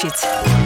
площадь.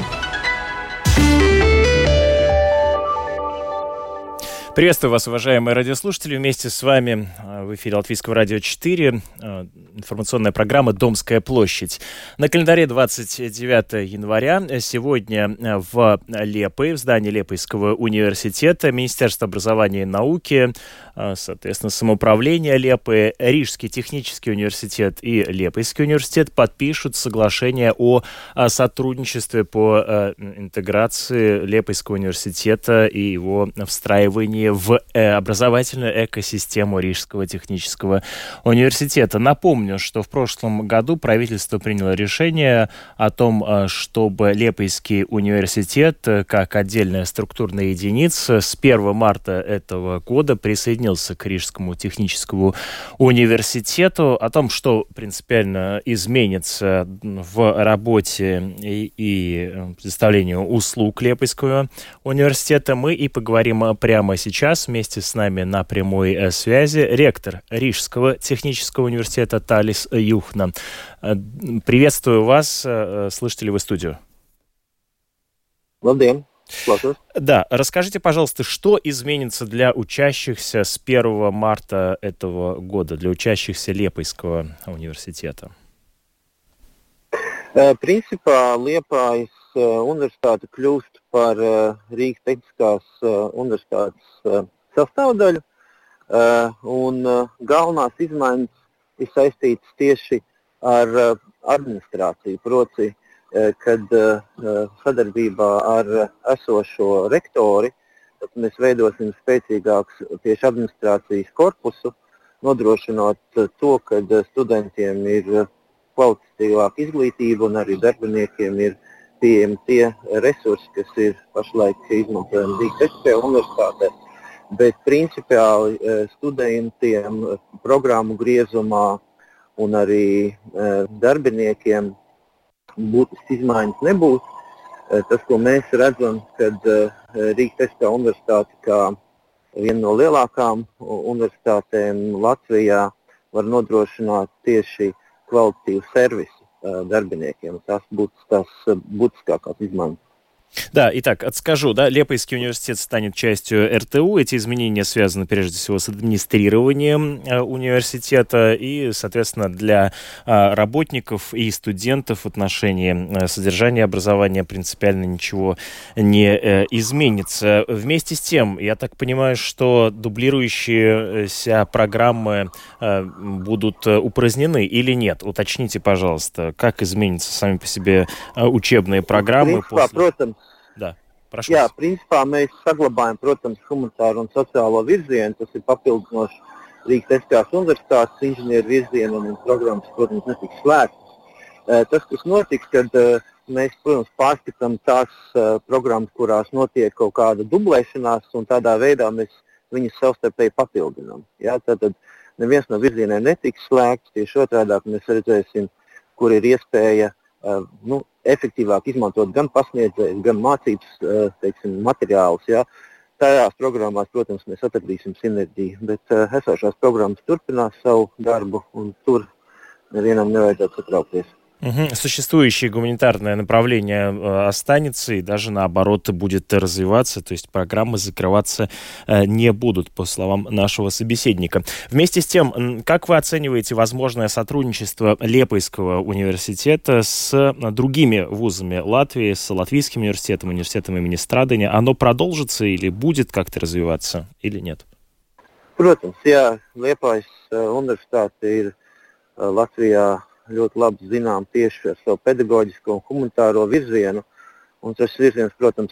Приветствую вас, уважаемые радиослушатели. Вместе с вами в эфире Латвийского радио 4 информационная программа «Домская площадь». На календаре 29 января. Сегодня в Лепое, в здании Лепойского университета, Министерство образования и науки, соответственно, самоуправление Лепое, Рижский технический университет и Лепойский университет подпишут соглашение о сотрудничестве по интеграции Лепойского университета и его встраивании в образовательную экосистему Рижского технического университета. Напомню, что в прошлом году правительство приняло решение о том, чтобы Лепойский университет, как отдельная структурная единица, с 1 марта этого года присоединился к Рижскому техническому университету. О том, что принципиально изменится в работе и предоставлении услуг Лепойского университета, мы и поговорим прямо сейчас. Вместе с нами на прямой связи ректор Рижского технического университета Талис Юхна. Приветствую вас. Слышите ли вы студию? Labdien! Да, расскажите, пожалуйста, что изменится для учащихся с 1 марта этого года, для учащихся Лепойского университета? Principā Liepājas universitāte kļūst par Rīgas Tehniskās universitātes sastāvdaļu, un galvenās izmaiņas ir saistītas tieši ar administrāciju, proti, kad sadarbībā ar esošo rektori mēs veidosim spēcīgāku tieši administrācijas korpusu, nodrošinot to, ka studentiem ir kvalitatīvāka izglītība un arī darbiniekiem ir pieejami tie resursi, kas ir pašlaik izmantojami Rīgas Tehniskajā universitātē. Bet principiāli studentiem programmu griezumā un arī darbiniekiem būtiskas izmaiņas nebūs. Tas, ko mēs redzam, kad Rīgas Tehniskā universitāte kā viena no lielākām universitātēm Latvijā var nodrošināt tieši квалитативный сервис дарбинекам. Tas būtu tās būtiskākās izmaiņas. Да, итак, отскажу, да, Лепойский университет станет частью РТУ. Эти изменения связаны прежде всего с администрированием университета и, соответственно, для работников и студентов в отношении содержания образования принципиально ничего не изменится. Вместе с тем, я так понимаю, что дублирующиеся программы будут упразднены или нет? Уточните, пожалуйста, как изменятся сами по себе учебные программы после... Да, прошу. Jā, principā mēs saglabājam, protams, humanitāro un sociālo virzienu. Tas ir papildinoši Rīgas Tehniskās universitātes inženieru virzienu un programmas, protams, netiks slēgtas. Tas, kas notiks, kad mēs, protams, pārskatām tās programmas, kurās notiek kaut kāda dublēšanās, un tādā veidā mēs viņus savstarpēji papildinām. Ja? Tātad neviens no virzieniem netiks slēgts, tieši otrādāk mēs redzēsim, kur ir iespēja efektīvāk izmantot gan pasniedzējus, gan mācības materiālus. Ja. Tajās programmās, protams, mēs atradīsim sinerģiju, bet esošās programmas turpinās savu darbu, un tur nevienam nevajadzētu satraukties. Существующее гуманитарное направление останется и даже наоборот будет развиваться, то есть программы закрываться не будут, по словам нашего собеседника. Вместе с тем, как вы оцениваете возможное сотрудничество Лепойского университета с другими вузами Латвии, с Латвийским университетом, университетом имени Страдания? Оно продолжится или будет как-то развиваться, или нет? Protams, jā, Liepājas universitāte ir Latvijā ļoti labi zinām tieši ar savu pedagoģisko un humanitāro virzienu, un tas virziens, protams,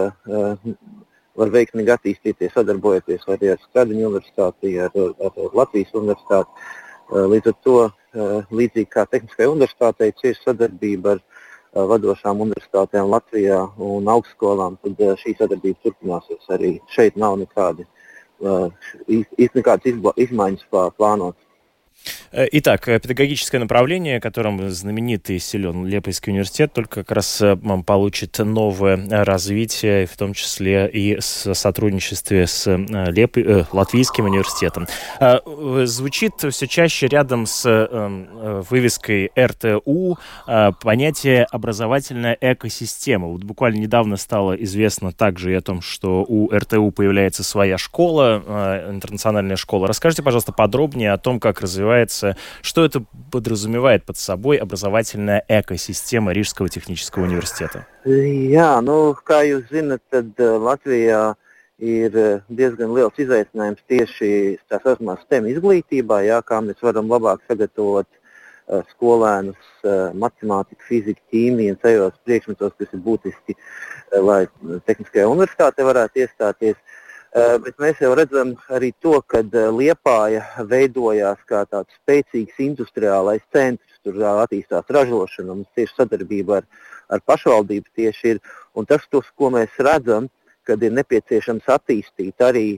var veiksmīgi attīstīties, sadarbojoties arī ar Stradiņu universitāti, ar Latvijas universitāti. Līdz ar to, līdzīgi kā Tehniskajai universitātei, cieši sadarbība ar vadošām universitātēm Latvijā un augstskolām, tad šī sadarbība turpināsies arī. Šeit nav nekādas izmaiņas plānotas. Итак, педагогическое направление, которым знаменит и силен Лепойский университет, только как раз получит новое развитие, в том числе и в сотрудничестве с Латвийским университетом. Звучит все чаще рядом с вывеской РТУ понятие «образовательная экосистема». Вот буквально недавно стало известно также и о том, что у РТУ появляется своя школа, интернациональная школа. Расскажите, пожалуйста, подробнее о том, как развивается, что это подразумевает под собой образовательная экосистема Рижского технического университета? Jā, kā jūs zinat, tad Latvijā ir diezgan liels izaicinājums tieši tā saucamā STEM izglītībā, kā mēs varam labāk sagatavot skolēnus matemātiku, fiziku, ķīmiju un tajos priekšmetos, kas ir būtiski, lai Tehniskajā universitātē varētu iestāties. Bet mēs jau redzam arī to, ka Liepāja veidojās kā tāds spēcīgs industriālais centrs, tur attīstās ražošana, un tieši sadarbība ar pašvaldību tieši ir. Un tas, ko mēs redzam, kad ir nepieciešams attīstīt arī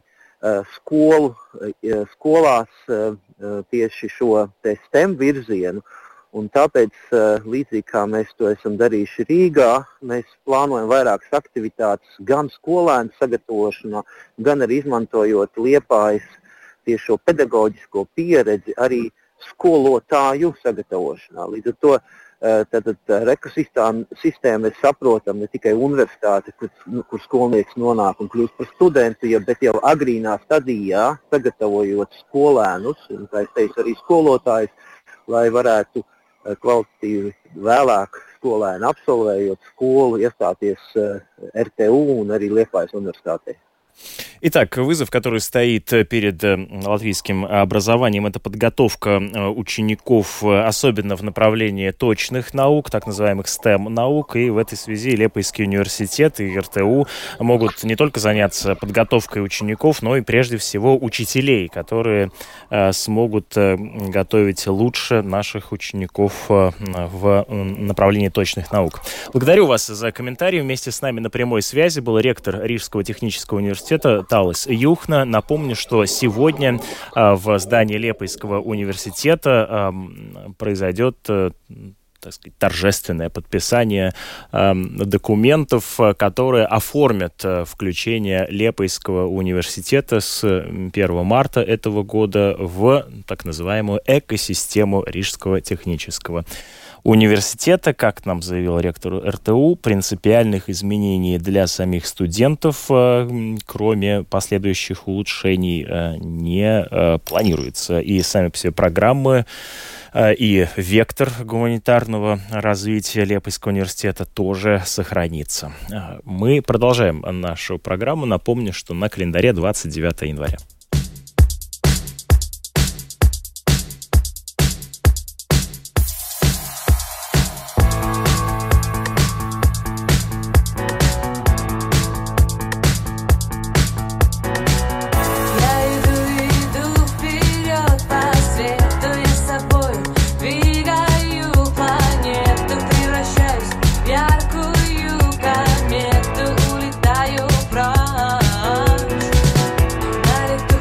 skolās tieši šo STEM virzienu. Un tāpēc, līdzīgi kā mēs to esam darījuši Rīgā, mēs plānojam vairākas aktivitātes gan skolēnu sagatavošanā, gan arī izmantojot Liepājas tieši šo pedagoģisko pieredzi arī skolotāju sagatavošanā. Līdz ar to tātad ekosistēmu mēs saprotam ne tikai universitāti, kur skolnieks nonāk un kļūst par studentu, bet jau agrīnā stadijā sagatavojot skolēnus, un kā es teicu, arī skolotājus, lai varētu kvalitatīvi vēlāk skolēni absolvējot skolu, iestāties РТУ un arī Liepājas universitātē. Итак, вызов, который стоит перед латвийским образованием, это подготовка учеников, особенно в направлении точных наук, так называемых STEM-наук. И в этой связи Лепойский университет и РТУ могут не только заняться подготовкой учеников, но и прежде всего учителей, которые смогут готовить лучше наших учеников в направлении точных наук. Благодарю вас за комментарии. Вместе с нами на прямой связи был ректор Рижского технического университета Талис Юхна. Напомню, что сегодня в здании Лепойского университета произойдет, так сказать, торжественное подписание документов, которые оформят включение Лепойского университета с 1 марта этого года в так называемую экосистему Рижского технического университета. Как нам заявил ректор РТУ, принципиальных изменений для самих студентов, кроме последующих улучшений, не планируется. И сами по себе программы и вектор гуманитарного развития Лепойского университета тоже сохранится. Мы продолжаем нашу программу. Напомню, что на календаре 29 января. Улетаю прочь, на лету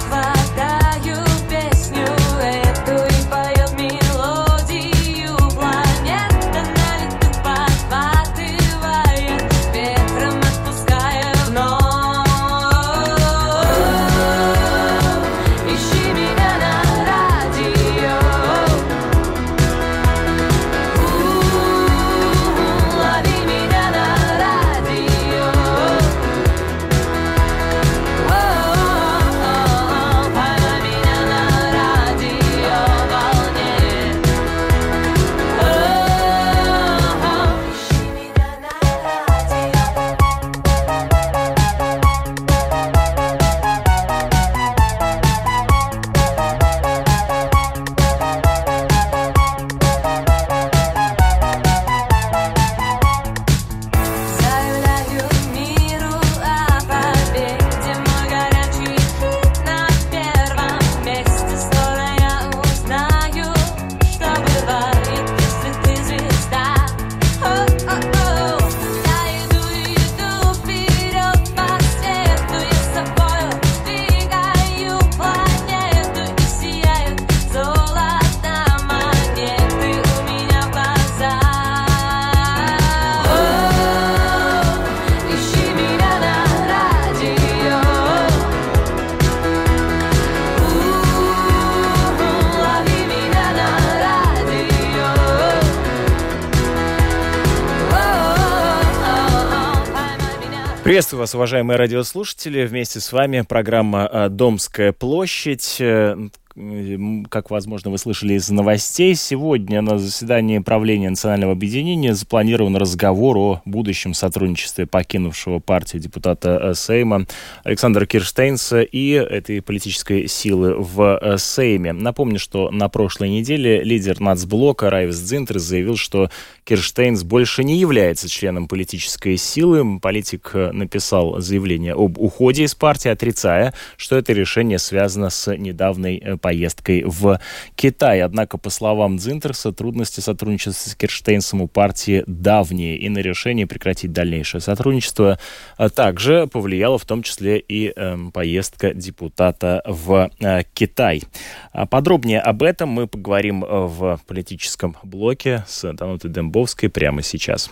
Приветствую вас, уважаемые радиослушатели. Вместе с вами программа «Домская площадь». Как, возможно, вы слышали из новостей, сегодня на заседании правления Национального объединения запланирован разговор о будущем сотрудничестве покинувшего партию депутата Сейма Александра Кирштейнса и этой политической силы в Сейме. Напомню, что на прошлой неделе лидер нацблока Райвис Дзинтерс заявил, что Кирштейнс больше не является членом политической силы. Политик написал заявление об уходе из партии, отрицая, что это решение связано с недавней поездкой в Китай. Однако, по словам Дзинтерса, трудности сотрудничества с Кирштейнсом у партии давние, и на решение прекратить дальнейшее сотрудничество также повлияла в том числе и поездка депутата в Китай. Подробнее об этом мы поговорим в политическом блоке с Данутой Дембовской прямо сейчас.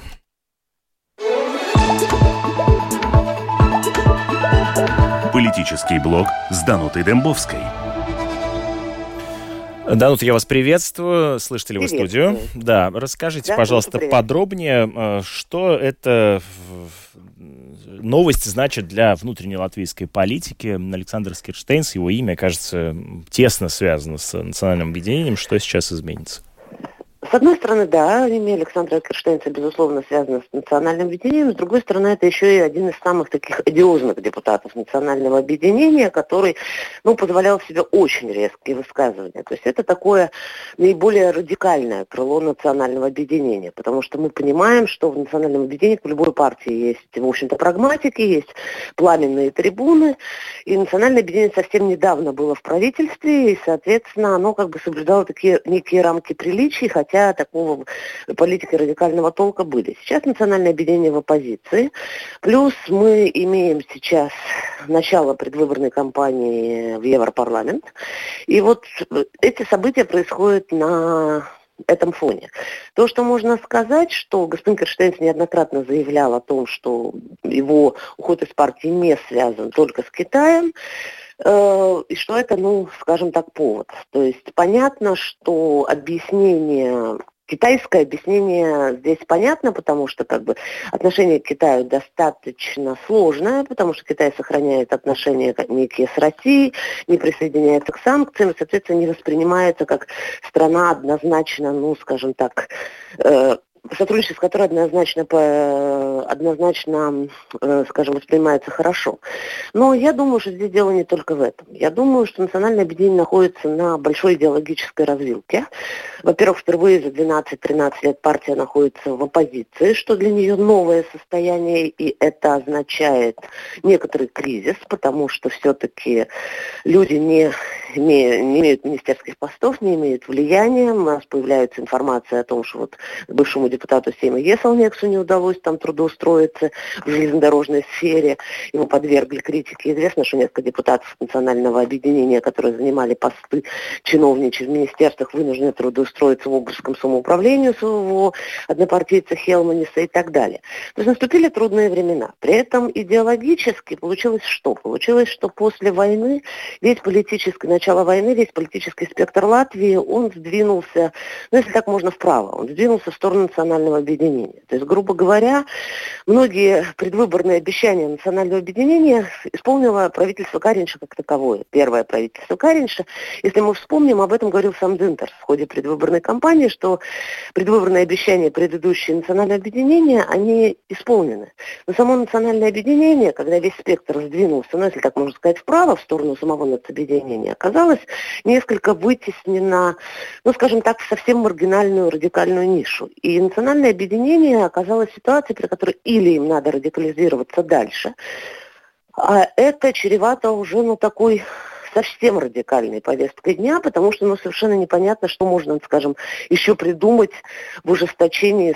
Политический блок с Данутой Дембовской. Данута, я вас приветствую. Слышите ли вы студию? Да, расскажите, пожалуйста, подробнее, что это новость значит для внутренней латвийской политики. Александр Кирштейнс, его имя, кажется, тесно связано с национальным объединением. Что сейчас изменится? С одной стороны, да, имя Александра Кирштейнса, безусловно, связано с национальным объединением. С другой стороны, это еще и один из самых таких одиозных депутатов национального объединения, который, позволял себе очень резкие высказывания. То есть это такое наиболее радикальное крыло национального объединения, потому что мы понимаем, что в национальном объединении в любой партии есть, в общем-то, прагматики, есть пламенные трибуны, и национальное объединение совсем недавно было в правительстве, и, соответственно, оно соблюдало такие некие рамки приличий, хотя такого политики радикального толка были. Сейчас национальное объединение в оппозиции, плюс мы имеем сейчас начало предвыборной кампании в Европарламент, и вот эти события происходят на этом фоне. То, что можно сказать, что господин Кирштейнс неоднократно заявлял о том, что его уход из партии не связан только с Китаем, и что это, скажем так, повод. То есть понятно, что китайское объяснение здесь понятно, потому что отношение к Китаю достаточно сложное, потому что Китай сохраняет отношения некие с Россией, не присоединяется к санкциям, и, соответственно, не воспринимается как страна однозначно, сотрудничество, которое однозначно, воспринимается хорошо. Но я думаю, что здесь дело не только в этом. Я думаю, что национальное объединение находится на большой идеологической развилке. Во-первых, впервые за 12-13 лет партия находится в оппозиции, что для нее новое состояние, и это означает некоторый кризис, потому что все-таки люди не имеют министерских постов, не имеют влияния. У нас появляется информация о том, что бывшему депутату Сейма Есалнексу не удалось там трудоустроиться в железнодорожной сфере. Его подвергли критике. Известно, что несколько депутатов национального объединения, которые занимали посты чиновничьи в министерствах, вынуждены трудоустроиться в Огрском самоуправлении своего однопартийца Хелманиса и так далее. То есть наступили трудные времена. При этом идеологически получилось что? Получилось, что после войны, начало войны, весь политический спектр Латвии, он сдвинулся, если так можно, вправо. Он сдвинулся в сторону национального объединения. То есть, грубо говоря, многие предвыборные обещания национального объединения исполнило правительство Каринша как таковое. Первое правительство Каринша. Если мы вспомним, об этом говорил сам Дзинтерс в ходе предвыборной кампании, что предвыборные обещания предыдущие национального объединения, они исполнены. Но само национальное объединение, когда весь спектр сдвинулся, если так можно сказать, вправо, в сторону самого нацобъединения, оказалось несколько вытеснено, скажем так, в совсем маргинальную, радикальную нишу. И национальное объединение оказалось в ситуации, при которой или им надо радикализироваться дальше, а это чревато уже, такой совсем радикальной повесткой дня, потому что, совершенно непонятно, что можно, еще придумать в ужесточении,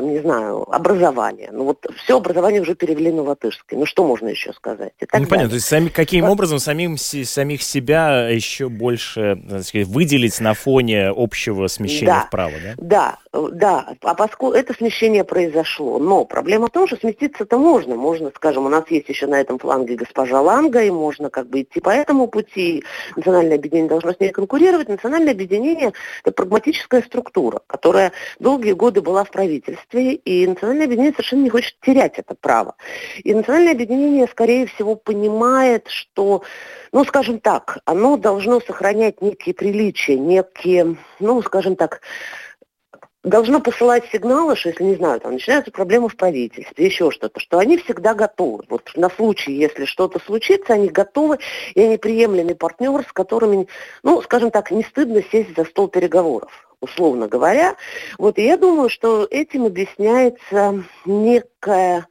образования. Все образование уже перевели на латышский. Что можно еще сказать? Понятно. То есть каким образом самих себя еще больше, выделить на фоне общего смещения вправо, да? Да. А поскольку это смещение произошло, но проблема в том, что сместиться-то можно. Можно, у нас есть еще на этом фланге госпожа Ланга, и можно идти по этому пути. и национальное объединение должно с ней конкурировать. Национальное объединение – это прагматическая структура, которая долгие годы была в правительстве, и национальное объединение совершенно не хочет терять это право. И национальное объединение, скорее всего, понимает, что, ну, скажем так, оно должно сохранять некие приличия, некие, ну, скажем так, должно посылать сигналы, что если, не знаю, там начинаются проблемы в правительстве, еще что-то, что они всегда готовы. Вот на случай, если что-то случится, они готовы, и они приемлемый партнер, с которыми, ну, скажем так, не стыдно сесть за стол переговоров, условно говоря. Вот, и я думаю, что этим объясняется некая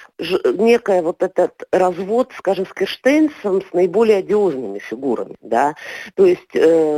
вот этот развод, скажем, с Кирштейнсом, с наиболее одиозными фигурами, да. То есть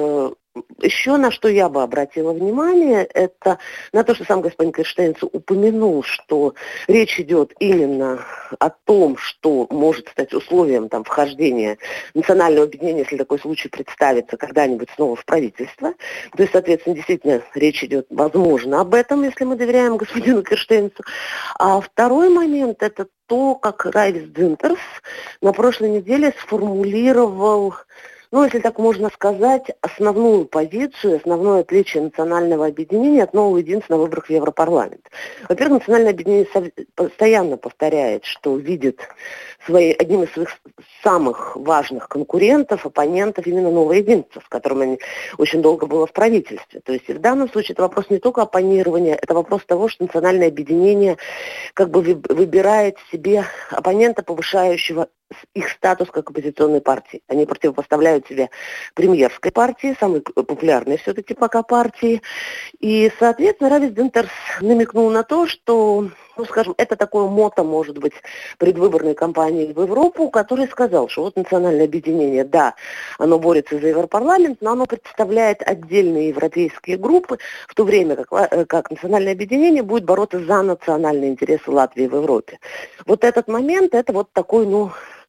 еще на что я бы обратила внимание, это на то, что сам господин Кирштейнс упомянул, что речь идет именно о том, что может стать условием там, вхождения национального объединения, если такой случай представится когда-нибудь снова в правительство. То есть, соответственно, действительно речь идет, возможно, об этом, если мы доверяем господину Кирштейнсу. А второй момент – это то, как Райвис Дзинтерс на прошлой неделе сформулировал, ну, если так можно сказать, основную позицию, основное отличие национального объединения от нового единства на выборах в Европарламент. Во-первых, национальное объединение постоянно повторяет, что видит одним из своих самых важных конкурентов, оппонентов именно новое единство, с которым они очень долго было в правительстве. То есть и в данном случае это вопрос не только оппонирования, это вопрос того, что национальное объединение как бы выбирает себе оппонента, повышающего их статус как оппозиционной партии. Они противопоставляют себе премьерской партии, самой популярной все-таки пока партии. И, соответственно, Райвис Дзинтерс намекнул на то, что, ну, скажем, это такое мото, может быть, предвыборной кампании в Европу, который сказал, что вот национальное объединение, да, оно борется за Европарламент, но оно представляет отдельные европейские группы, в то время как национальное объединение будет бороться за национальные интересы Латвии в Европе. Вот этот момент, это вот такой, ну,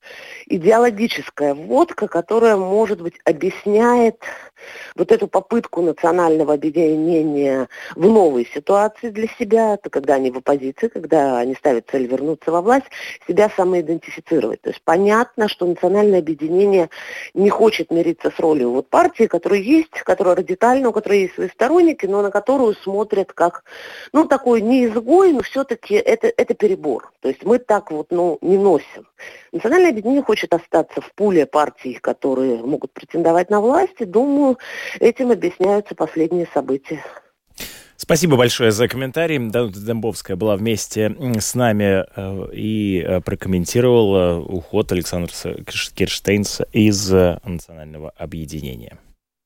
идеологическая вводка, которая, может быть, объясняет вот эту попытку национального объединения в новой ситуации для себя, это когда они в оппозиции, когда они ставят цель вернуться во власть, себя самоидентифицировать. То есть понятно, что национальное объединение не хочет мириться с ролью вот партии, которая есть, которая радикальна, у которой есть свои сторонники, но на которую смотрят как, ну, такой не изгой, но все-таки это перебор. То есть мы так вот, ну, не носим. Национальное объединение хочет остаться в пуле партий, которые могут претендовать на власть, и, думаю, этим объясняются последние события. Спасибо большое за комментарий. Данута Дембовская была вместе с нами и прокомментировала уход Александра Кирштейнса из Национального объединения.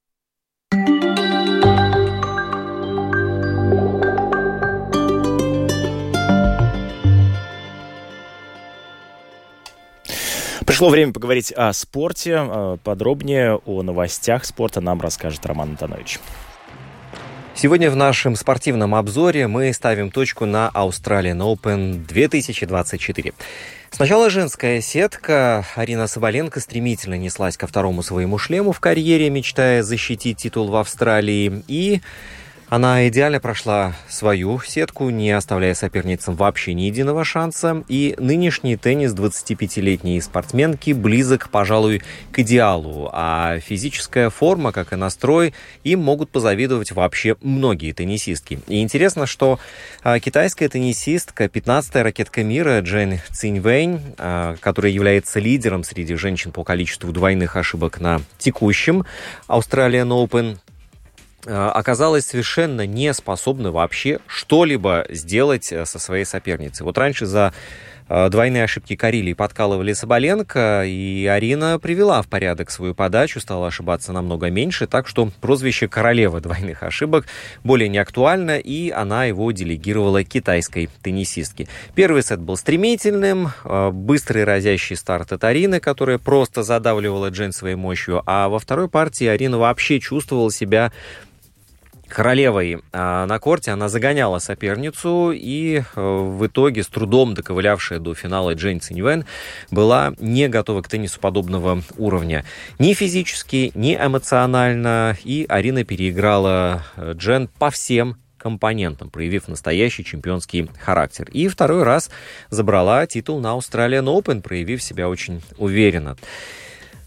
Пришло время поговорить о спорте. Подробнее о новостях спорта нам расскажет Роман Антонович. Сегодня в нашем спортивном обзоре мы ставим точку на Australian Open 2024. Сначала женская сетка. Арина Соболенко стремительно неслась ко второму своему шлему в карьере, мечтая защитить титул в Австралии. И она идеально прошла свою сетку, не оставляя соперницам вообще ни единого шанса. И нынешний теннис 25-летней спортсменки близок, пожалуй, к идеалу. А физическая форма, как и настрой, им могут позавидовать вообще многие теннисистки. И интересно, что китайская теннисистка, 15-я ракетка мира Чжэн Циньвэнь, которая является лидером среди женщин по количеству двойных ошибок на текущем Australian Open, оказалась совершенно не способна вообще что-либо сделать со своей соперницей. Вот раньше за двойные ошибки корили и подкалывали Соболенко, и Арина привела в порядок свою подачу, стала ошибаться намного меньше, так что прозвище «королева двойных ошибок» более не актуально, и она его делегировала китайской теннисистке. Первый сет был стремительным, быстрый разящий старт от Арины, которая просто задавливала Чжэн своей мощью, а во второй партии Арина вообще чувствовала себя королевой на корте. Она загоняла соперницу, и в итоге с трудом доковылявшая до финала Чжэн Циньвэнь была не готова к теннису подобного уровня. Ни физически, ни эмоционально. И Арина переиграла Чжэн по всем компонентам, проявив настоящий чемпионский характер. И второй раз забрала титул на Australian Open, проявив себя очень уверенно.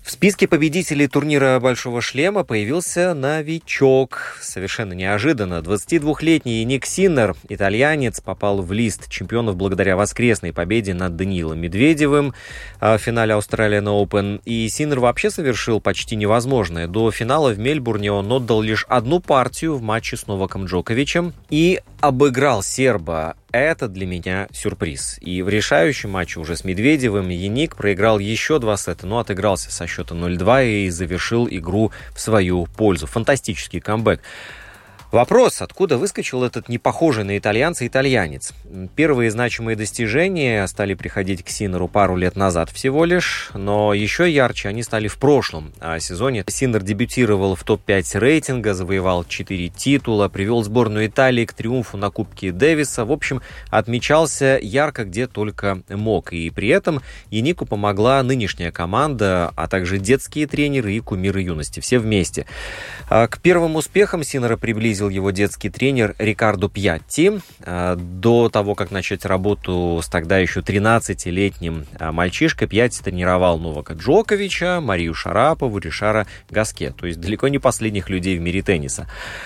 В списке победителей турнира «Большого шлема» появился новичок. Совершенно неожиданно. 22-летний Яник Синнер, итальянец, попал в лист чемпионов благодаря воскресной победе над Даниилом Медведевым в финале Australian Open. И Синнер вообще совершил почти невозможное. До финала в Мельбурне он отдал лишь одну партию в матче с Новаком Джоковичем и обыграл серба. Это для меня сюрприз. И в решающем матче уже с Медведевым Яник проиграл еще 2 сета, но отыгрался со счета 0-2 и завершил игру в свою пользу. Фантастический камбэк. Вопрос, откуда выскочил этот непохожий на итальянца итальянец? Первые значимые достижения стали приходить к Синнеру пару лет назад всего лишь, но еще ярче они стали в прошлом сезоне. Синнер дебютировал в топ-5 рейтинга, завоевал 4 титула, привел сборную Италии к триумфу на Кубке Дэвиса. В общем, отмечался ярко где только мог. И при этом Янику помогла нынешняя команда, а также детские тренеры и кумиры юности. Все вместе. К первым успехам Синнера приблизил его детский тренер Рикардо Пьятти. До того, как начать работу с тогда еще 13-летним мальчишкой, Пьятти тренировал Новака Джоковича, Марию Шарапову, Ришара Гаске. То есть далеко не последних людей в мире тенниса.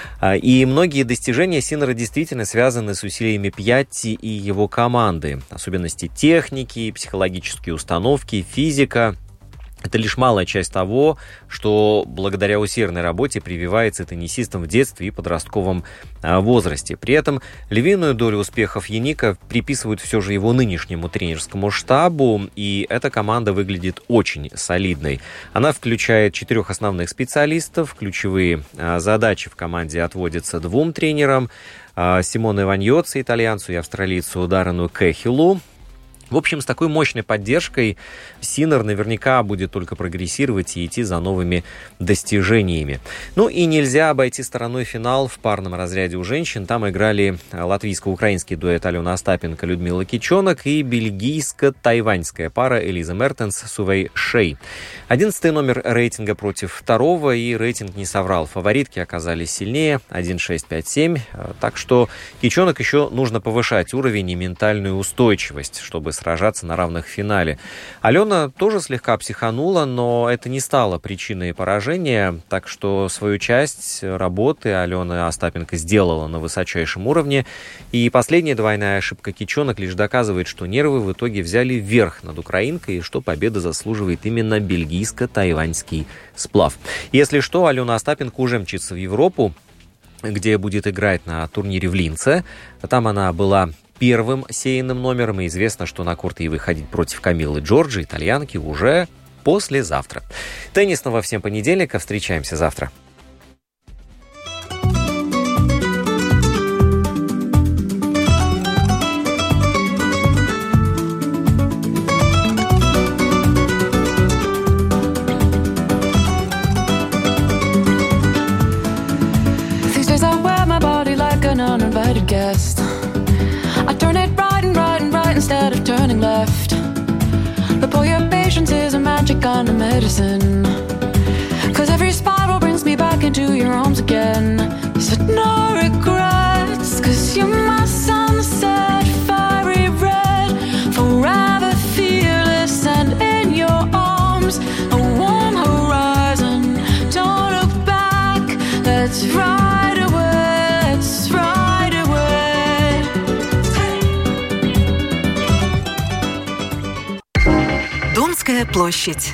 И многие достижения Синнера действительно связаны с усилиями Пьятти и его команды. Особенности техники, психологические установки, физика. Это лишь малая часть того, что благодаря усердной работе прививается теннисистам в детстве и подростковом возрасте. При этом львиную долю успехов Яника приписывают все же его нынешнему тренерскому штабу, и эта команда выглядит очень солидной. Она включает 4 основных специалистов. Ключевые задачи в команде отводятся 2 тренерам: Симоне Ваньоцци, итальянцу, и австралийцу Даррену Кэхиллу. В общем, с такой мощной поддержкой Синнер наверняка будет только прогрессировать и идти за новыми достижениями. Ну и нельзя обойти стороной финал в парном разряде у женщин. Там играли латвийско-украинский дуэт Алена Остапенко, Людмила Кичонок и бельгийско-тайваньская пара Элиза Мертенс, Сувей Шей. 11-й номер рейтинга против 2-го, и рейтинг не соврал. Фаворитки оказались сильнее, 1-6-5-7. Так что Кичонок еще нужно повышать уровень и ментальную устойчивость, чтобы сражаться на равных в финале. Алена тоже слегка психанула, но это не стало причиной поражения, так что свою часть работы Алена Остапенко сделала на высочайшем уровне, и последняя двойная ошибка Кичонок лишь доказывает, что нервы в итоге взяли верх над украинкой, и что победа заслуживает именно бельгийско-тайваньский сплав. Если что, Алена Остапенко уже мчится в Европу, где будет играть на турнире в Линце. Там она была первым сейным номером, и известно, что на корт ей выходить против Камиллы Джорджи, итальянки, уже послезавтра. Теннисного всем понедельника. Встречаемся завтра. Instead of turning left, but boy, your patience is a magic kind of medicine. 'Cause every spiral brings me back into your arms again. So no regrets, 'cause you're my sunset, fiery red, forever fearless, and in your arms a warm horizon. Don't look back, let's ride away, let's ride away. Домская площадь.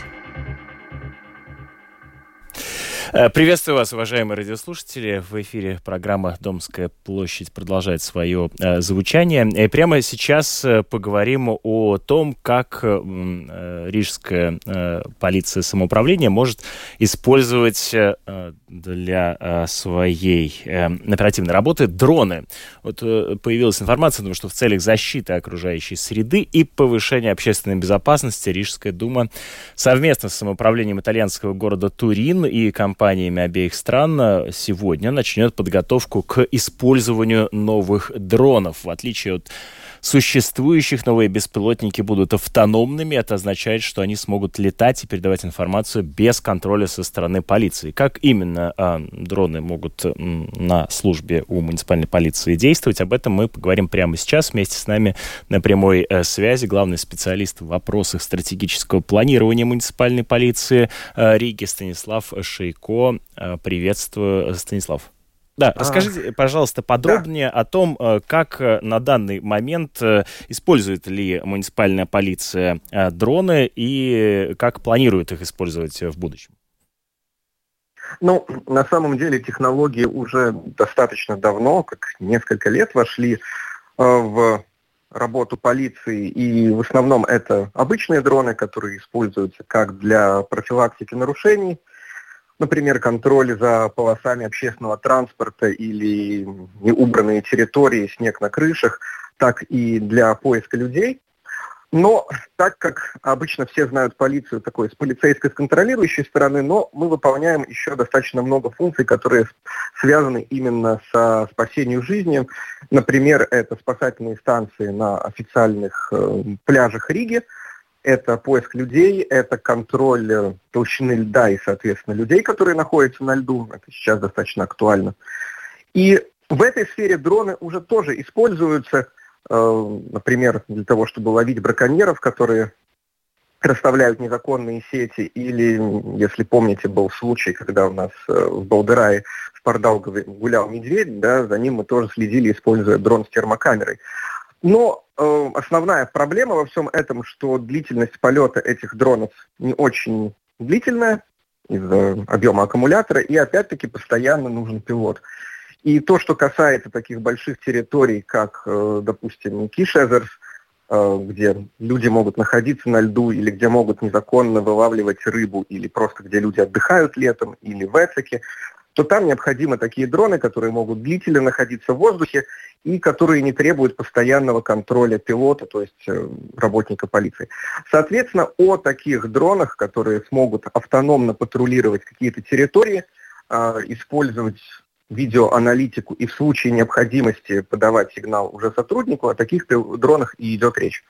Приветствую вас, уважаемые радиослушатели. В эфире программа «Домская площадь» продолжает свое звучание. И прямо сейчас поговорим о том, как рижская полиция самоуправления может использовать для своей оперативной работы дроны. Вот появилась информация, что в целях защиты окружающей среды и повышения общественной безопасности Рижская дума совместно с самоуправлением итальянского города Турин и компаниями обеих стран сегодня начнет подготовку к использованию новых дронов. В отличие от существующих новые беспилотники будут автономными. Это означает, что они смогут летать и передавать информацию без контроля со стороны полиции. Как именно дроны могут на службе у муниципальной полиции действовать, об этом мы поговорим прямо сейчас. Вместе с нами на прямой связи главный специалист в вопросах стратегического планирования муниципальной полиции Риги Станислав Шейко. Приветствую, Станислав. Да, расскажите, пожалуйста, подробнее о том, как на данный момент использует ли муниципальная полиция дроны и как планирует их использовать в будущем. Ну, на самом деле технологии уже достаточно давно, как несколько лет, вошли в работу полиции, и в основном это обычные дроны, которые используются как для профилактики нарушений, например, контроль за полосами общественного транспорта или неубранные территории, снег на крышах, так и для поиска людей. Но так как обычно все знают полицию такой с полицейской, с контролирующей стороны, но мы выполняем еще достаточно много функций, которые связаны именно со спасением жизни. Например, это спасательные станции на официальных пляжах Риги, это поиск людей, это контроль толщины льда и, соответственно, людей, которые находятся на льду. Это сейчас достаточно актуально. И в этой сфере дроны уже тоже используются, например, для того, чтобы ловить браконьеров, которые расставляют незаконные сети, или, если помните, был случай, когда у нас в Балдерае в Пардаугове гулял медведь, да, за ним мы тоже следили, используя дрон с термокамерой. Но основная проблема во всем этом, что длительность полета этих дронов не очень длительная из-за объема аккумулятора, и опять-таки постоянно нужен пилот. И то, что касается таких больших территорий, как, допустим, Кишезерс, где люди могут находиться на льду, или где могут незаконно вылавливать рыбу, или просто где люди отдыхают летом, или в Эцеке, то там необходимы такие дроны, которые могут длительно находиться в воздухе и которые не требуют постоянного контроля пилота, то есть работника полиции. Соответственно, о таких дронах, которые смогут автономно патрулировать какие-то территории, использовать видеоаналитику и в случае необходимости подавать сигнал уже сотруднику, о таких дронах и идет речь.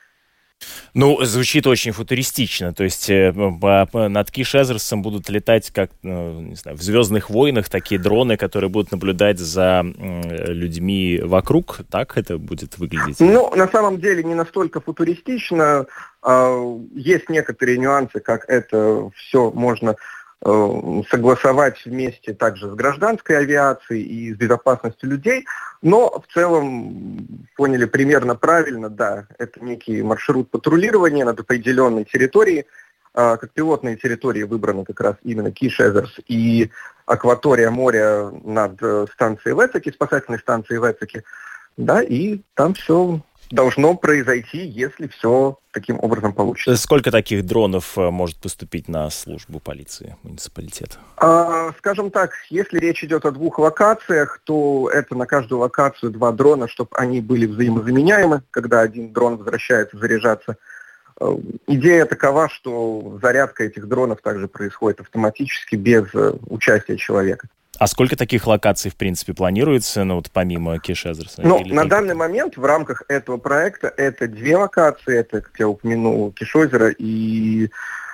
Ну, звучит очень футуристично. То есть над Кишезерсом будут летать, как, не знаю, в «Звездных войнах» такие дроны, которые будут наблюдать за людьми вокруг. Так это будет выглядеть? Ну, на самом деле не настолько футуристично. Есть некоторые нюансы, как это все можно согласовать вместе также с гражданской авиацией и с безопасностью людей, но в целом поняли примерно правильно, да, это некий маршрут патрулирования над определенной территорией, как пилотные территории выбраны как раз именно Кишезерс и акватория моря над станцией в Эцеке, спасательной станцией в Эцеке, да, и там все должно произойти, если все таким образом получится. Сколько таких дронов может поступить на службу полиции муниципалитета? Скажем так, если речь идет о 2 локациях, то это на каждую локацию 2 дрона, чтобы они были взаимозаменяемы, когда один дрон возвращается заряжаться. Идея такова, что зарядка этих дронов также происходит автоматически, без участия человека. А сколько таких локаций, в принципе, планируется, ну, вот помимо Кишезерса? Ну, на данный момент в рамках этого проекта это 2 локации, это, как я упомянул, Кишезерс и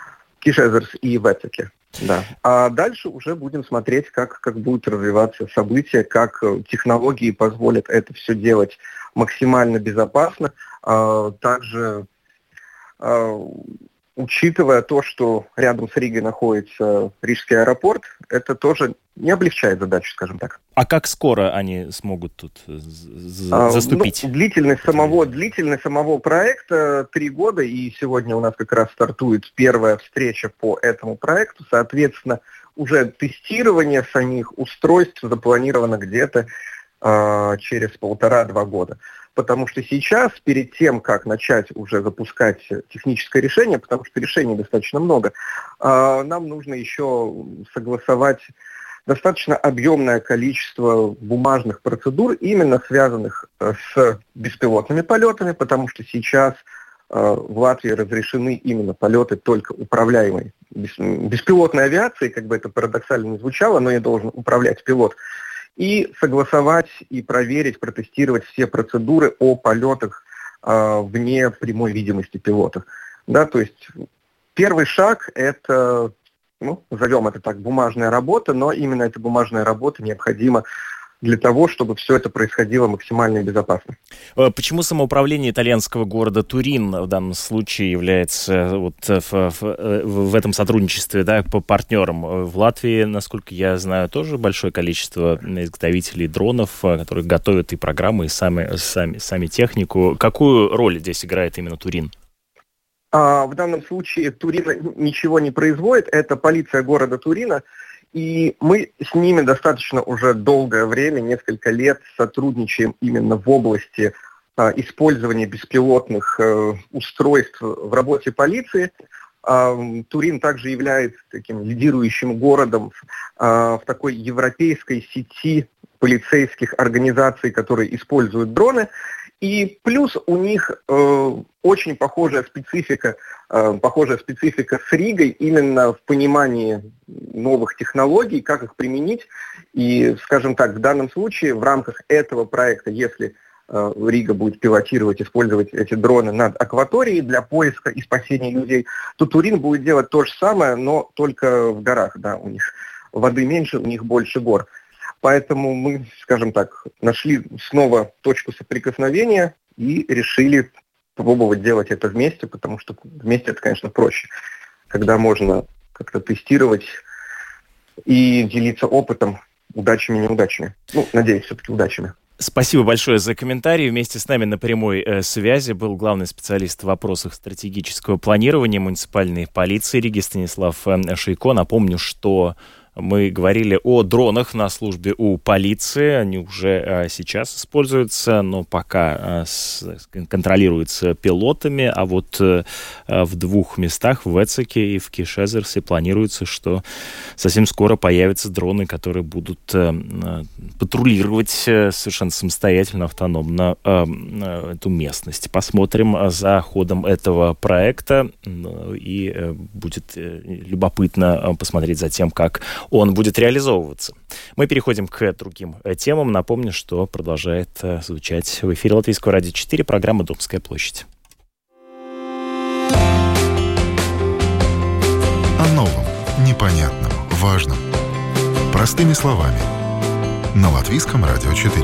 в Эцеке. Да. А дальше уже будем смотреть, как будут развиваться события, как технологии позволят это все делать максимально безопасно. Также учитывая то, что рядом с Ригой находится Рижский аэропорт, это тоже не облегчает задачу, скажем так. А как скоро они смогут тут заступить? Ну, длительность самого проекта 3 года, и сегодня у нас как раз стартует первая встреча по этому проекту. Соответственно, уже тестирование самих устройств запланировано где-то через 1,5-2 года. Потому что сейчас, перед тем, как начать уже запускать техническое решение, потому что решений достаточно много, нам нужно еще согласовать достаточно объемное количество бумажных процедур, именно связанных с беспилотными полетами, потому что сейчас в Латвии разрешены именно полеты только управляемой беспилотной авиацией, как бы это парадоксально не звучало, но я должен управлять пилот. И согласовать и проверить, протестировать все процедуры о полетах вне прямой видимости пилота. Да, то есть первый шаг – это, назовем это так, бумажная работа, но именно эта бумажная работа необходима для того, чтобы все это происходило максимально безопасно. Почему самоуправление итальянского города Турин в данном случае является в этом сотрудничестве, да, по партнерам? В Латвии, насколько я знаю, тоже большое количество изготовителей дронов, которые готовят и программы, и сами технику. Какую роль здесь играет именно Турин? В данном случае Турин ничего не производит, это полиция города Турина. И мы с ними достаточно уже долгое время, несколько лет, сотрудничаем именно в области использования беспилотных устройств в работе полиции. Турин также является таким лидирующим городом в такой европейской сети полицейских организаций, которые используют дроны. И плюс у них очень похожая специфика с Ригой именно в понимании новых технологий, как их применить. И, скажем так, в данном случае в рамках этого проекта, если Рига будет пилотировать, использовать эти дроны над акваторией для поиска и спасения людей, то Турин будет делать то же самое, но только в горах. Да, у них воды меньше, у них больше гор. Поэтому мы, скажем так, нашли снова точку соприкосновения и решили попробовать делать это вместе, потому что вместе это, конечно, проще, когда можно как-то тестировать и делиться опытом, удачами и неудачами. Надеюсь, все-таки удачами. Спасибо большое за комментарий. Вместе с нами на прямой связи был главный специалист в вопросах стратегического планирования муниципальной полиции Риги Станислав Шейко. Напомню, что мы говорили о дронах на службе у полиции. Они уже сейчас используются, но пока контролируются пилотами. А вот в двух местах, в Вецеке и в Кишезерсе, планируется, что совсем скоро появятся дроны, которые будут патрулировать совершенно самостоятельно, автономно эту местность. Посмотрим за ходом этого проекта. И будет любопытно посмотреть за тем, как он будет реализовываться. Мы переходим к другим темам. Напомню, что продолжает звучать в эфире Латвийского радио 4 программа «Домская площадь». О новом, непонятном, важном. Простыми словами. На Латвийском радио 4.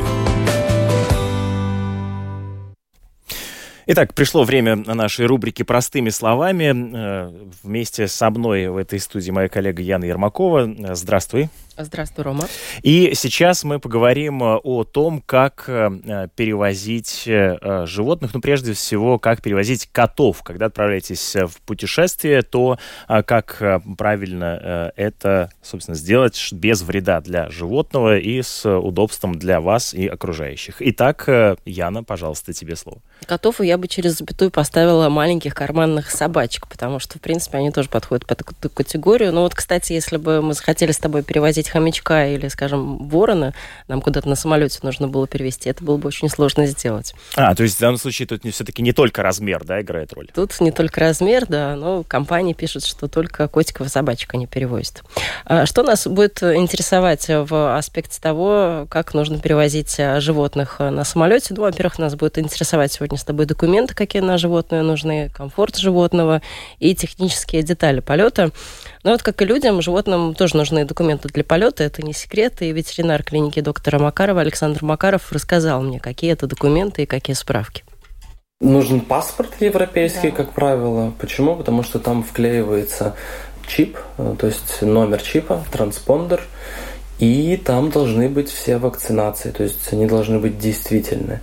Итак, пришло время нашей рубрики «Простыми словами». Вместе со мной в этой студии моя коллега Яна Ермакова. Здравствуй. Здравствуй, Рома. И сейчас мы поговорим о том, как перевозить животных, прежде всего, как перевозить котов. Когда отправляетесь в путешествие, то как правильно это, собственно, сделать без вреда для животного и с удобством для вас и окружающих. Итак, Яна, пожалуйста, тебе слово. Котов я бы через запятую поставила маленьких карманных собачек, потому что, в принципе, они тоже подходят под эту категорию. Кстати, если бы мы захотели с тобой перевозить хомячка или, скажем, ворона, нам куда-то на самолете нужно было перевезти, это было бы очень сложно сделать. То есть в данном случае тут все-таки не только размер, да, играет роль? Тут не только размер, да, но компания пишет, что только котиков и собачек они перевозят. Что нас будет интересовать в аспекте того, как нужно перевозить животных на самолете? Во-первых, нас будет интересовать сегодня с тобой документы, какие на животное нужны, комфорт животного и технические детали полета. Но как и людям, животным тоже нужны документы для полета, это не секрет, и ветеринар клиники доктора Макарова Александр Макаров рассказал мне, какие это документы и какие справки. Нужен паспорт европейский, да, как правило. Почему? Потому что там вклеивается чип, то есть номер чипа, транспондер, и там должны быть все вакцинации, то есть они должны быть действительны.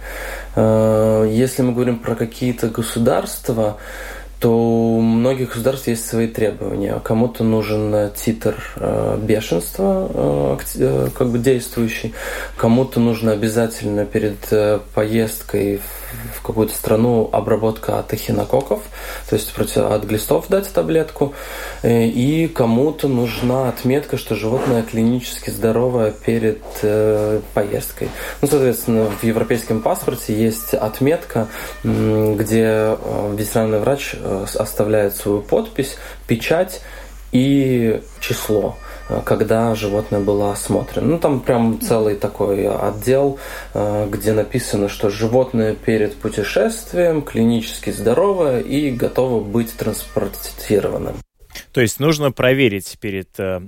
Если мы говорим про какие-то государства, то у многих государств есть свои требования. Кому-то нужен титр бешенства, действующий. Кому-то нужно обязательно перед поездкой в какую-то страну обработка от эхинококков, то есть от глистов дать таблетку. И кому-то нужна отметка, что животное клинически здоровое перед поездкой. Соответственно, в европейском паспорте есть отметка, где ветеринарный врач оставляет свою подпись, печать и число. когда животное было осмотрено. Ну, там прям целый такой отдел, где написано, что животное перед путешествием клинически здоровое и готово быть транспортированным. То есть нужно проверить перед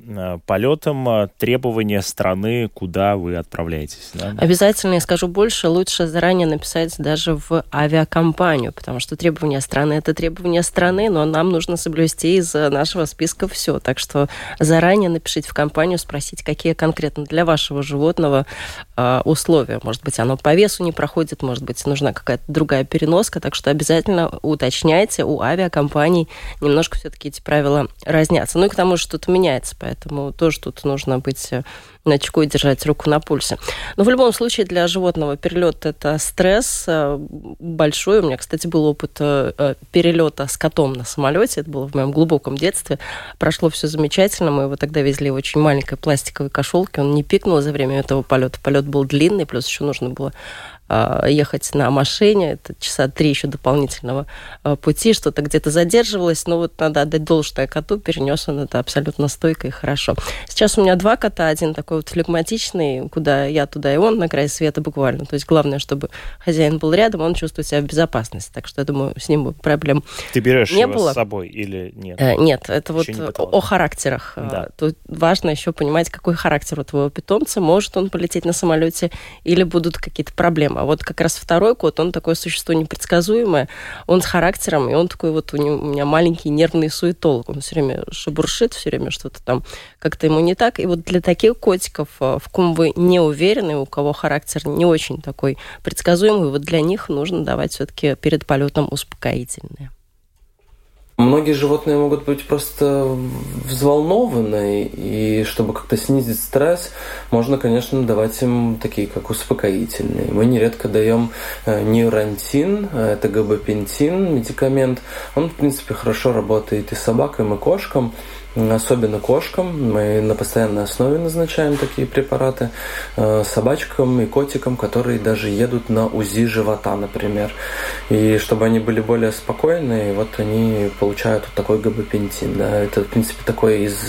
полетом требования страны, куда вы отправляетесь. Да? Обязательно, я скажу больше, лучше заранее написать даже в авиакомпанию, потому что требования страны – это требования страны, но нам нужно соблюсти из нашего списка все. Так что заранее напишите в компанию, спросить, какие конкретно для вашего животного условия. Может быть, оно по весу не проходит, может быть, нужна какая-то другая переноска, так что обязательно уточняйте у авиакомпаний. Немножко все-таки эти правила разнятся. Ну и к тому же что-то меняется, поэтому тоже тут нужно быть начеку и держать руку на пульсе. Но в любом случае для животного перелет – это стресс большой. У меня, кстати, был опыт перелета с котом на самолете. Это было в моем глубоком детстве. Прошло все замечательно. Мы его тогда везли в очень маленькой пластиковой кошелке. Он не пикнул за время этого полета. Полет был длинный, плюс еще нужно было ехать на машине, это часа 3 еще дополнительного пути, что-то где-то задерживалось, но вот надо отдать должное коту, перенес он это абсолютно стойко и хорошо. Сейчас у меня 2 кота, один такой вот флегматичный, куда я, туда и он, на край света буквально. То есть главное, чтобы хозяин был рядом, он чувствует себя в безопасности. Так что я думаю, с ним проблем Ты берешь не его было. С собой или нет? Нет, это еще вот о характерах. Да. Тут важно еще понимать, какой характер у твоего питомца, может он полететь на самолете или будут какие-то проблемы. А вот как раз второй кот, он такое существо непредсказуемое, он с характером, и он такой вот у меня маленький нервный суетолог. Он все время шебуршит, все время что-то там как-то ему не так. И вот для таких котиков, в ком вы не уверены, у кого характер не очень такой предсказуемый, вот для них нужно давать все-таки перед полетом успокоительное. Многие животные могут быть просто взволнованы, и чтобы как-то снизить стресс, можно, конечно, давать им такие, как успокоительные. Мы нередко даем нейрантин, это габапентин, медикамент. Он, в принципе, хорошо работает и собакам, и кошкам. Особенно кошкам. Мы на постоянной основе назначаем такие препараты. Собачкам и котикам, которые даже едут на УЗИ живота, например. И чтобы они были более спокойны, вот они получают вот такой габапентин. Да. Это, в принципе, такой из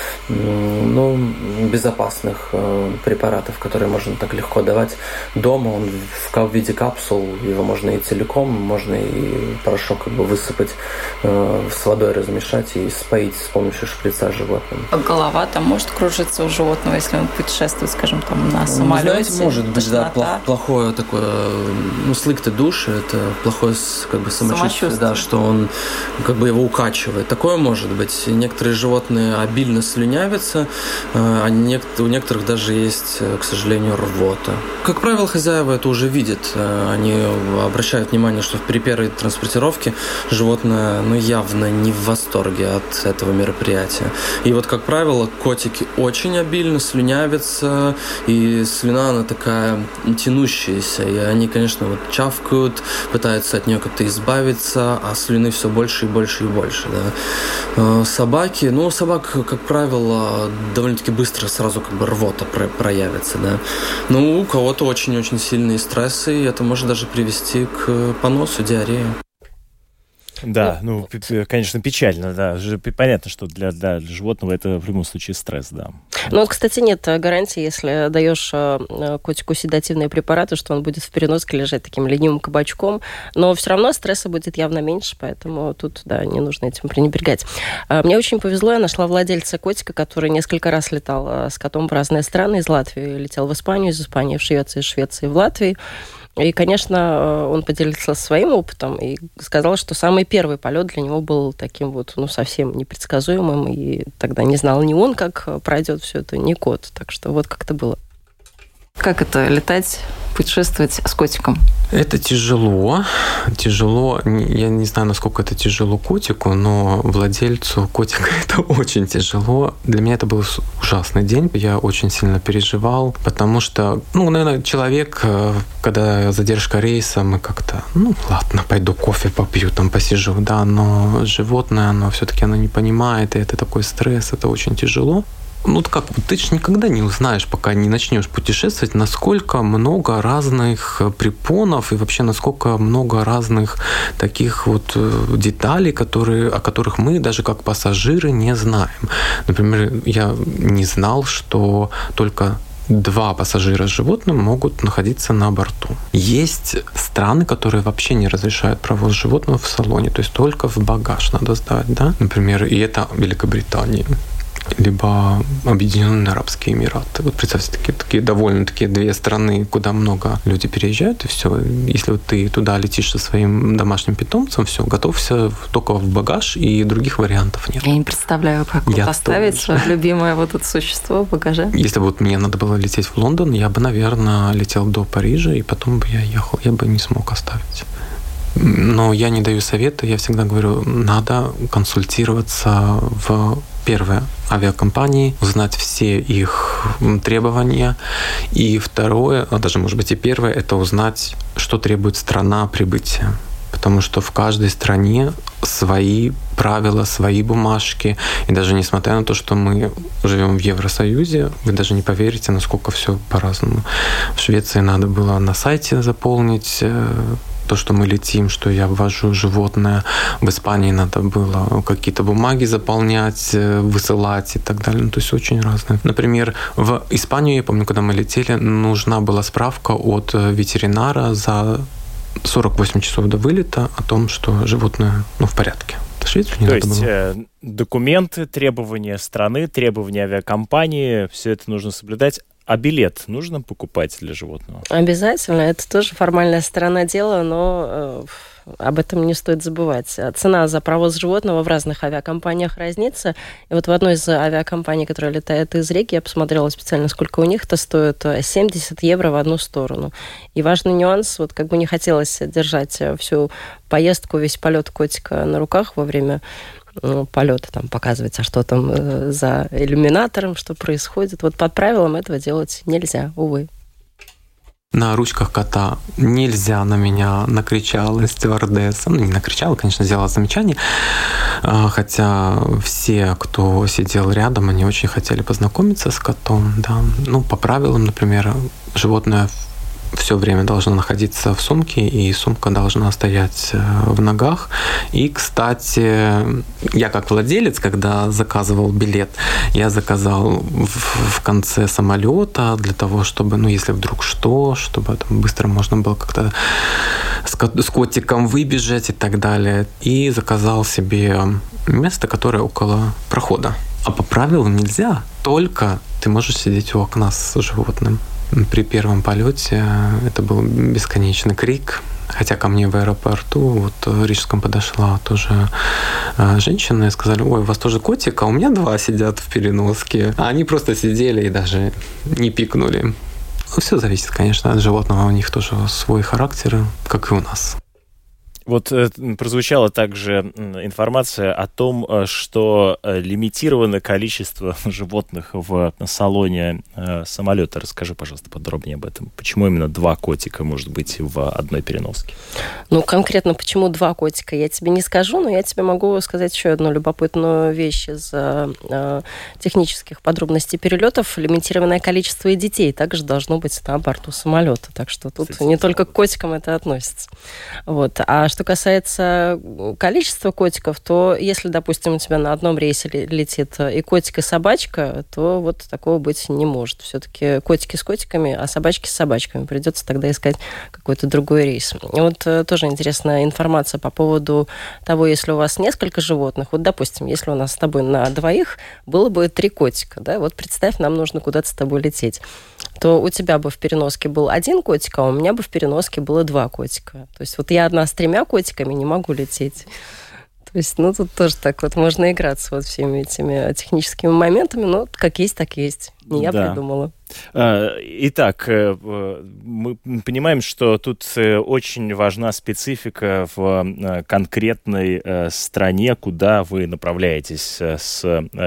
безопасных препаратов, которые можно так легко давать дома. Он в виде капсул, его можно и целиком, можно и порошок высыпать, с водой размешать и споить с помощью шприца животным. Голова там может кружиться у животного, если он путешествует, скажем, там на самолете. Знаете, может быть, да, плохое такое, слык-то души, это плохое самочувствие, да, что он его укачивает. Такое может быть. Некоторые животные обильно слюнявятся, а у некоторых даже есть, к сожалению, рвота. Как правило, хозяева это уже видят. Они обращают внимание, что при первой транспортировке животное явно не в восторге от этого мероприятия. И вот, как правило, котики очень обильно слюнявятся, и слюна, она такая тянущаяся, и они, конечно, чавкают, пытаются от нее как-то избавиться, а слюны все больше и больше и больше, да. Собаки, собак, как правило, довольно-таки быстро сразу рвота проявится, да. У кого-то очень-очень сильные стрессы, и это может даже привести к поносу, диарее. Да, конечно, печально, да. Понятно, что для животного это в любом случае стресс, да. Кстати, нет гарантии, если даешь котику седативные препараты, что он будет в переноске лежать таким ленивым кабачком, но все равно стресса будет явно меньше, поэтому тут, да, не нужно этим пренебрегать. Мне очень повезло, я нашла владельца котика, который несколько раз летал с котом в разные страны, из Латвии летел в Испанию, из Испании в Швецию, из Швеции в Латвию. И, конечно, он поделился своим опытом и сказал, что самый первый полет для него был таким совсем непредсказуемым, и тогда не знал ни он, как пройдет все это, ни кот. Так что вот как-то было. Как это летать, путешествовать с котиком? Это тяжело. Я не знаю, насколько это тяжело котику, но владельцу котика это очень тяжело. Для меня это был ужасный день. Я очень сильно переживал, потому что, наверное, человек, когда задержка рейса, мы как-то, ладно, пойду кофе попью, там посижу, да, но животное, оно все-таки не понимает, и это такой стресс, это очень тяжело. ты же никогда не узнаешь, пока не начнешь путешествовать, насколько много разных препонов и вообще насколько много разных таких вот деталей, о которых мы даже как пассажиры не знаем. Например, я не знал, что только 2 пассажира с животным могут находиться на борту. Есть страны, которые вообще не разрешают провоз животного в салоне, то есть только в багаж надо сдать, да? Например, и это Великобритания, либо Объединенные Арабские Эмираты. Вот представьте, такие довольно-таки 2 страны, куда много людей переезжают, и все. Если вот ты туда летишь со своим домашним питомцем, все, готовься только в багаж, и других вариантов нет. Я не представляю, как поставить свое любимое вот это существо в багаже. Если бы мне надо было лететь в Лондон, я бы, наверное, летел до Парижа, и потом бы я ехал. Я бы не смог оставить. Но я не даю совета, я всегда говорю, надо консультироваться в первое авиакомпании, узнать все их требования. И второе, а даже, может быть, и первое, это узнать, что требует страна прибытия. Потому что в каждой стране свои правила, свои бумажки. И даже несмотря на то, что мы живем в Евросоюзе, вы даже не поверите, насколько все по-разному. В Швеции надо было на сайте заполнить то, что мы летим, что я ввожу животное. В Испании надо было какие-то бумаги заполнять, высылать и так далее. То есть очень разные. Например, в Испанию, я помню, когда мы летели, нужна была справка от ветеринара за 48 часов до вылета о том, что животное в порядке. В Швецию не То надо есть было. Документы, требования страны, требования авиакомпании, все это нужно соблюдать. А билет нужно покупать для животного? Обязательно. Это тоже формальная сторона дела, но об этом не стоит забывать. Цена за провоз животного в разных авиакомпаниях разнится. И вот в одной из авиакомпаний, которая летает из Риги, я посмотрела специально, сколько у них это стоит. 70 евро в одну сторону. И важный нюанс, вот как бы не хотелось держать всю поездку, весь полет котика на руках во время полета, там показывать, а что там за иллюминатором, что происходит. Вот под правилам этого делать нельзя, увы. На ручках кота нельзя на меня накричала стюардесса. Не накричала, конечно, сделала замечание. Хотя все, кто сидел рядом, они очень хотели познакомиться с котом. Да. По правилам, например, животное все время должна находиться в сумке, и сумка должна стоять в ногах. И, кстати, я как владелец, когда заказывал билет, я заказал в конце самолета для того, чтобы, если вдруг что, чтобы там быстро можно было как-то с котиком выбежать и так далее. И заказал себе место, которое около прохода. А по правилам нельзя. Только ты можешь сидеть у окна с животным. При первом полете это был бесконечный крик. Хотя ко мне в аэропорту, рижском, подошла тоже женщина и сказали: ой, у вас тоже котик, а у меня 2 сидят в переноске. А они просто сидели и даже не пикнули. Все зависит, конечно, от животного. У них тоже свой характер, как и у нас. Вот прозвучала также информация о том, что лимитировано количество животных в салоне самолета. Расскажи, пожалуйста, подробнее об этом. Почему именно 2 котика может быть в одной переноске? Конкретно почему 2 котика, я тебе не скажу, но я тебе могу сказать еще одну любопытную вещь из технических подробностей перелетов. Лимитированное количество и детей также должно быть на борту самолета. Так что тут не только к котикам это относится. А что касается количества котиков, то если, допустим, у тебя на одном рейсе летит и котик, и собачка, то вот такого быть не может. Все-таки котики с котиками, а собачки с собачками. Придется тогда искать какой-то другой рейс. И тоже интересная информация по поводу того, если у вас несколько животных. Допустим, если у нас с тобой на 2 было бы 3 котика, да, представь, нам нужно куда-то с тобой лететь, то у тебя бы в переноске был 1 котик, а у меня бы в переноске было 2 котика. То есть я одна с 3 котиками не могу лететь. То есть, тут тоже так можно играться всеми этими техническими моментами, но как есть, так есть. Не я придумала. Итак, мы понимаем, что тут очень важна специфика в конкретной стране, куда вы направляетесь с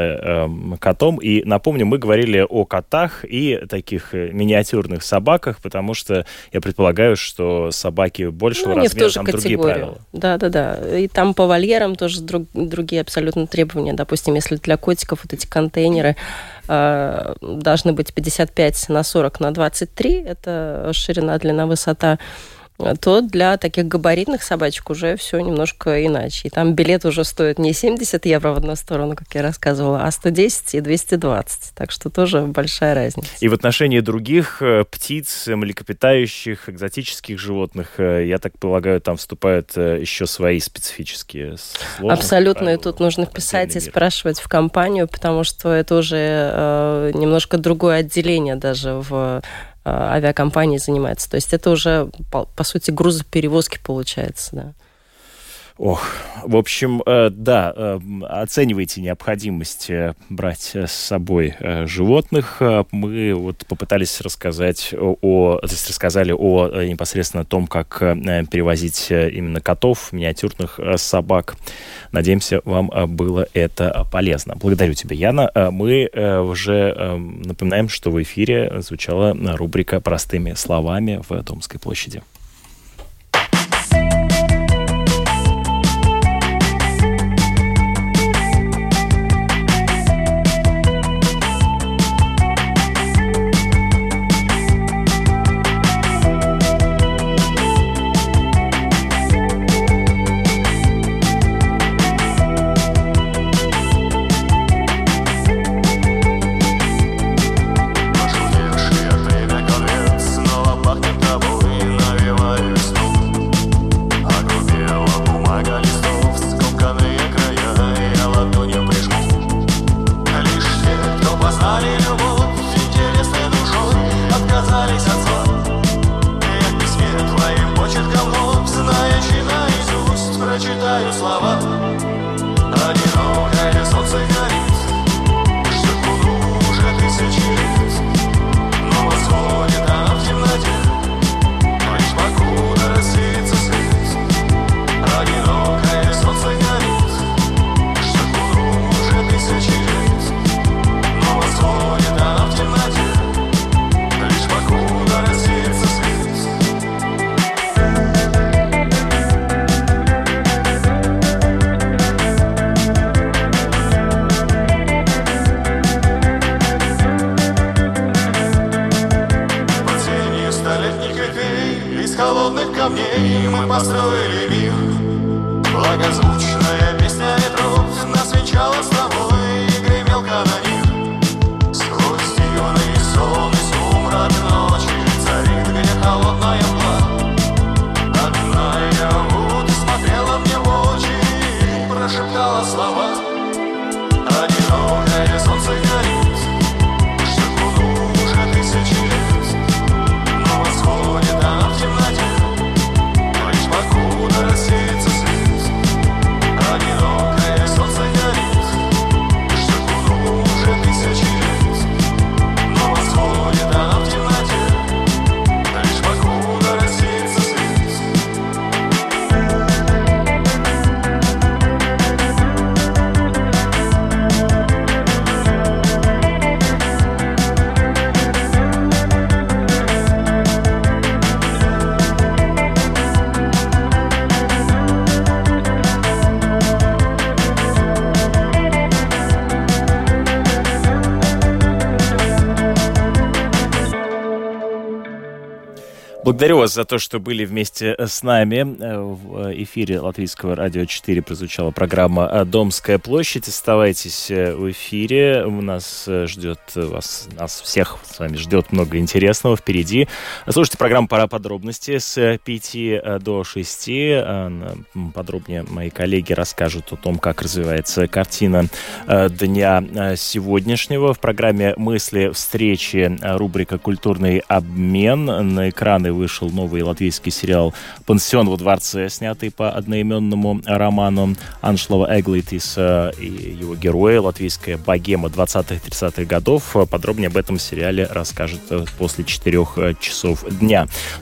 котом. И напомню, мы говорили о котах и таких миниатюрных собаках, потому что я предполагаю, что собаки большего размера, там другие правила. Да. И там по вольерам тоже другие абсолютно требования. Допустим, если для котиков эти контейнеры должны быть 55 на 40 на 23, это ширина, длина, высота, то для таких габаритных собачек уже все немножко иначе. И там билет уже стоит не 70 евро в одну сторону, как я рассказывала, а 110 и 220. Так что тоже большая разница. И в отношении других птиц, млекопитающих, экзотических животных, я так полагаю, там вступают еще свои специфические сложности. Абсолютно. И тут нужно писать и спрашивать в компанию, потому что это уже немножко другое отделение даже в авиакомпании занимается. То есть это уже, по сути, грузоперевозки получается, да. Ох, в общем, да, оценивайте необходимость брать с собой животных. Мы вот попытались рассказали о непосредственно том, как перевозить именно котов, миниатюрных собак. Надеемся, вам было это полезно. Благодарю тебя, Яна. Мы уже напоминаем, что в эфире звучала рубрика «Простыми словами» в Домской площади. Благодарю вас за то, что были вместе с нами. В эфире Латвийского радио 4 прозвучала программа «Домская площадь». Оставайтесь в эфире. Нас всех с вами ждет много интересного впереди. Слушайте программу «Пора подробности» с 5 до 6. Подробнее мои коллеги расскажут о том, как развивается картина дня сегодняшнего. В программе «Мысли встречи» рубрика «Культурный обмен». На экраны вышел новый латвийский сериал «Пансион во дворце», снятый по одноименному роману Аншлава Эглитиса и его героя, латвийская богема 20-30-х годов. Подробнее об этом сериале расскажет после 4 часов дня.